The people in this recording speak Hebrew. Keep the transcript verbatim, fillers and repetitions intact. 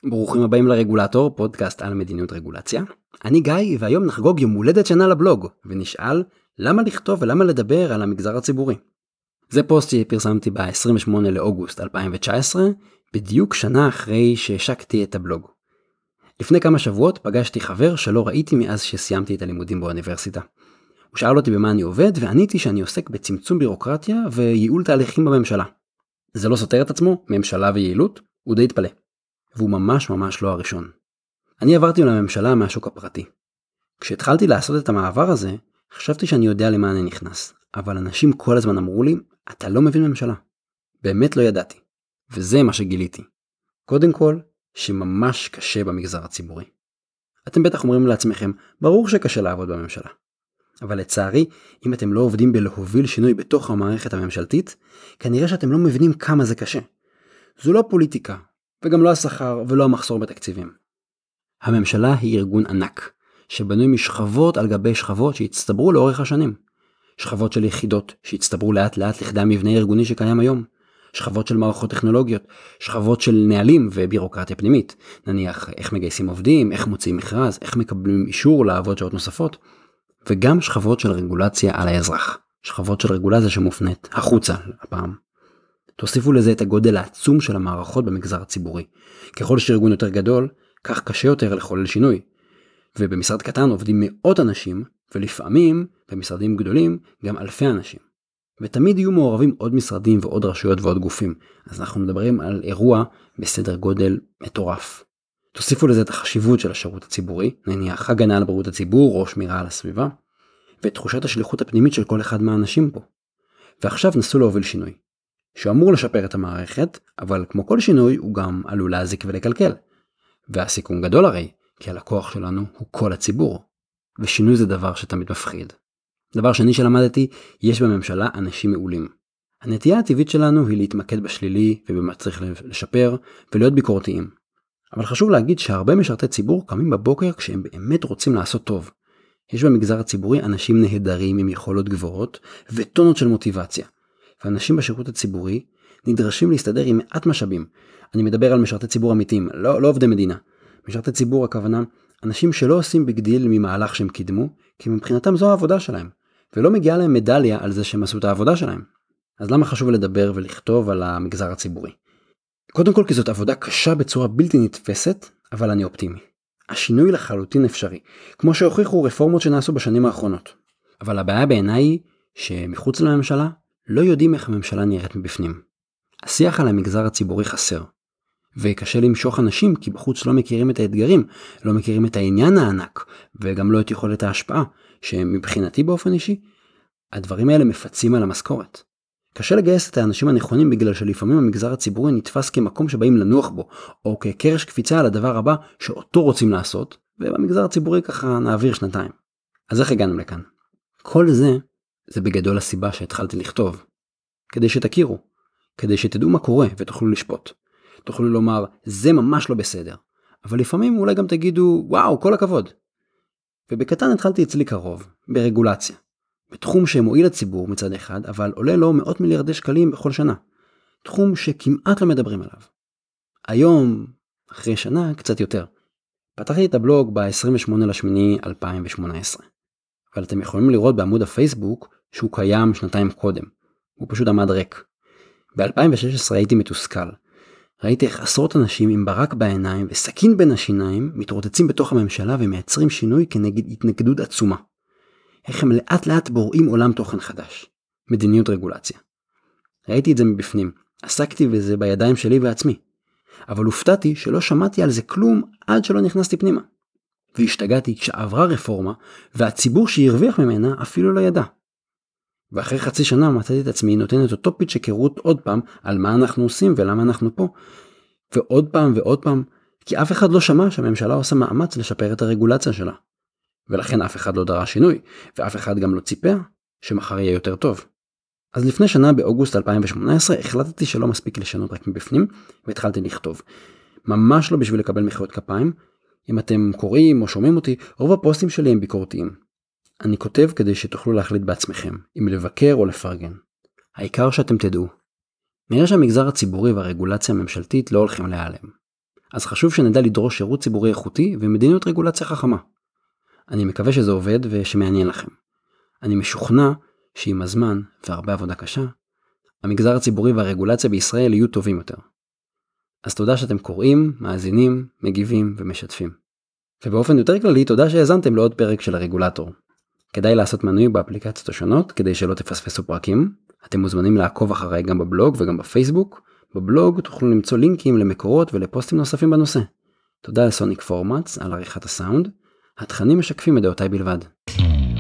ברוכים הבאים לרגולטור, פודקאסט על מדיניות רגולציה. אני גיא, והיום נחגוג יום הולדת שנה לבלוג, ונשאל למה לכתוב ולמה לדבר על המגזר הציבורי. זה פוסט שפרסמתי ב-עשרים ושמונה לאוגוסט אלפיים תשע עשרה, בדיוק שנה אחרי שהשקתי את הבלוג. לפני כמה שבועות פגשתי חבר שלא ראיתי מאז שסיימתי את הלימודים באוניברסיטה. הוא שאל אותי במה אני עובד, ועניתי שאני עוסק בצמצום בירוקרטיה וייעול תהליכים בממשלה. זה לא סותר את עצמו, ממשלה ויעילות, הוא די התפלא. והוא ממש ממש לא הראשון. אני עברתי לממשלה מהשוק הפרטי. כשהתחלתי לעשות את המעבר הזה, חשבתי שאני יודע למה אני נכנס, אבל אנשים כל הזמן אמרו לי, אתה לא מבין ממשלה. באמת לא ידעתי. וזה מה שגיליתי. קודם כל, שממש קשה במגזר הציבורי. אתם בטח אומרים לעצמכם, ברור שקשה לעבוד בממשלה. אבל לצערי, אם אתם לא עובדים בלהוביל שינוי בתוך המערכת הממשלתית, כנראה שאתם לא מבינים כמה זה קשה. זו לא פוליטיקה. וגם לא השכר ולא המחסור בתקציבים. הממשלה היא ארגון ענק, שבנוי משכבות על גבי שכבות שהצטברו לאורך השנים. שכבות של יחידות שהצטברו לאט לאט לכדי המבנה הארגוני שקיים היום. שכבות של מערכות טכנולוגיות, שכבות של נהלים ובירוקרטיה פנימית. נניח איך מגייסים עובדים, איך מוציאים מכרז, איך מקבלים אישור לעבוד שעות נוספות. וגם שכבות של רגולציה על האזרח. שכבות של רגולציה שמופנית החוצה הפעם. תוסיפו לזה את הגודל העצום של המערכות במגזר הציבורי. ככל שארגון יותר גדול, כך קשה יותר לחולל שינוי. ובמשרד קטן עובדים מאות אנשים, ולפעמים במשרדים גדולים גם אלפי אנשים. ותמיד יהיו מעורבים עוד משרדים ועוד רשויות ועוד גופים. אז אנחנו מדברים על אירוע בסדר גודל מטורף. תוסיפו לזה את החשיבות של השירות הציבורי, נניח הגנה על בריאות הציבור או שמירה על הסביבה, ואת תחושת השליחות הפנימית של כל אחד מהאנשים פה. ועכשיו נסו להוביל שינוי. שאמור לשפר את המערכת, אבל כמו כל שינוי הוא גם עלול להזיק ולקלקל. והסיכון גדול הרי, כי הלקוח שלנו הוא כל הציבור. ושינוי זה דבר שתמיד מפחיד. דבר שני שלמדתי, יש בממשלה אנשים מעולים. הנטייה הטבעית שלנו היא להתמקד בשלילי ובמה צריך לשפר ולהיות ביקורתיים. אבל חשוב להגיד שהרבה משרתי ציבור קמים בבוקר כשהם באמת רוצים לעשות טוב. יש במגזר הציבורי אנשים נהדרים עם יכולות גבוהות וטונות של מוטיבציה. ואנשים בשירות הציבורי נדרשים להסתדר עם מעט משאבים. אני מדבר על משרתי ציבור אמיתיים, לא, לא עובדי מדינה. משרתי ציבור הכוונה, אנשים שלא עושים בגדיל ממהלך שהם קידמו, כי מבחינתם זו העבודה שלהם, ולא מגיעה להם מדליה על זה שהם עשו את העבודה שלהם. אז למה חשוב לדבר ולכתוב על המגזר הציבורי? קודם כל כי זאת עבודה קשה בצורה בלתי נתפסת, אבל אני אופטימי. השינוי לחלוטין אפשרי, כמו שהוכיחו רפורמות שנעשו בשנים האחרונות. אבל הבעיה בעיניי היא שמחוץ לממשלה, לא יודעים איך הממשלה נראית מבפנים. השיח על המגזר הציבורי חסר. וקשה למשוך אנשים כי בחוץ לא מכירים את האתגרים, לא מכירים את העניין הענק, וגם לא את יכולת ההשפעה, שמבחינתי באופן אישי, הדברים האלה מפצים על המשכורת. קשה לגייס את האנשים הנכונים בגלל שלפעמים המגזר הציבורי נתפס כמקום שבאים לנוח בו, או כקרש קפיצה על הדבר הבא שאותו רוצים לעשות, ובמגזר הציבורי ככה נעביר שנתיים. אז איך הגענו לכאן? כל זה זה בגדול הסיבה שהתחלתי לכתוב. כדי שתכירו, כדי שתדעו מה קורה ותוכלו לשפוט. תוכלו לומר, זה ממש לא בסדר. אבל לפעמים אולי גם תגידו, וואו, כל הכבוד. ובקטן התחלתי אצלי קרוב, ברגולציה. בתחום שמועיל לציבור מצד אחד, אבל עולה לו מאות מיליארדי שקלים בכל שנה. תחום שכמעט לא מדברים עליו. היום, אחרי שנה, קצת יותר. פתחתי את הבלוג ב-עשרים ושמונה לאוגוסט אלפיים שמונה עשרה. אבל אתם יכולים לראות בעמוד הפייסבוק שהוא קיים שנתיים קודם. הוא פשוט עמד ריק. ב-אלפיים ושש עשרה הייתי מתוסכל. ראיתי איך עשרות אנשים עם ברק בעיניים וסכין בין השיניים מתרוצצים בתוך הממשלה ומייצרים שינוי כנגד התנגדות עצומה. איך הם לאט לאט בוראים עולם תוכן חדש. מדיניות רגולציה. ראיתי את זה מבפנים. עסקתי בזה בידיים שלי ועצמי. אבל הופתעתי שלא שמעתי על זה כלום עד שלא נכנסתי פנימה. והשתגעתי כשעברה רפורמה, והציבור שהרוויח ממנה אפילו לא ידע. ואחרי חצי שנה מצאתי את עצמי נותן את אותו פיץ' היכרות עוד פעם על מה אנחנו עושים ולמה אנחנו פה. ועוד פעם ועוד פעם, כי אף אחד לא שמע שהממשלה עושה מאמץ לשפר את הרגולציה שלה. ולכן אף אחד לא דרש שינוי, ואף אחד גם לא ציפה שמחר יהיה יותר טוב. אז לפני שנה באוגוסט אלפיים שמונה עשרה החלטתי שלא מספיק לשנות רק מבפנים, והתחלתי לכתוב. ממש לא בשביל לקבל מחיאות כפיים. אם אתם קוראים או שומעים אותי, רוב הפוסטים שלי הם ביקורתיים. אני כותב כדי שתוכלו להחליט בעצמכם, אם לבקר או לפרגן. העיקר שאתם תדעו. נראה שהמגזר הציבורי והרגולציה הממשלתית לא הולכים להיעלם. אז חשוב שנדע לדרוש שירות ציבורי איכותי ומדיניות רגולציה חכמה. אני מקווה שזה עובד ושמעניין לכם. אני משוכנע שעם הזמן והרבה עבודה קשה, המגזר הציבורי והרגולציה בישראל יהיו טובים יותר. אז תודה שאתם קוראים, מאזינים, מגיבים ומשתפים. ובאופן יותר כללי, תודה שהאזנתם לעוד פרק של הרגולטור. כדאי לעשות מנוי באפליקציות השונות כדי שלא תפספסו פרקים. אתם מוזמנים לעקוב אחריי גם בבלוג וגם בפייסבוק. בבלוג תוכלו למצוא לינקים למקורות ולפוסטים נוספים בנושא. תודה לסוניק פורמטס על עריכת הסאונד. התכנים משקפים את דעותיי בלבד.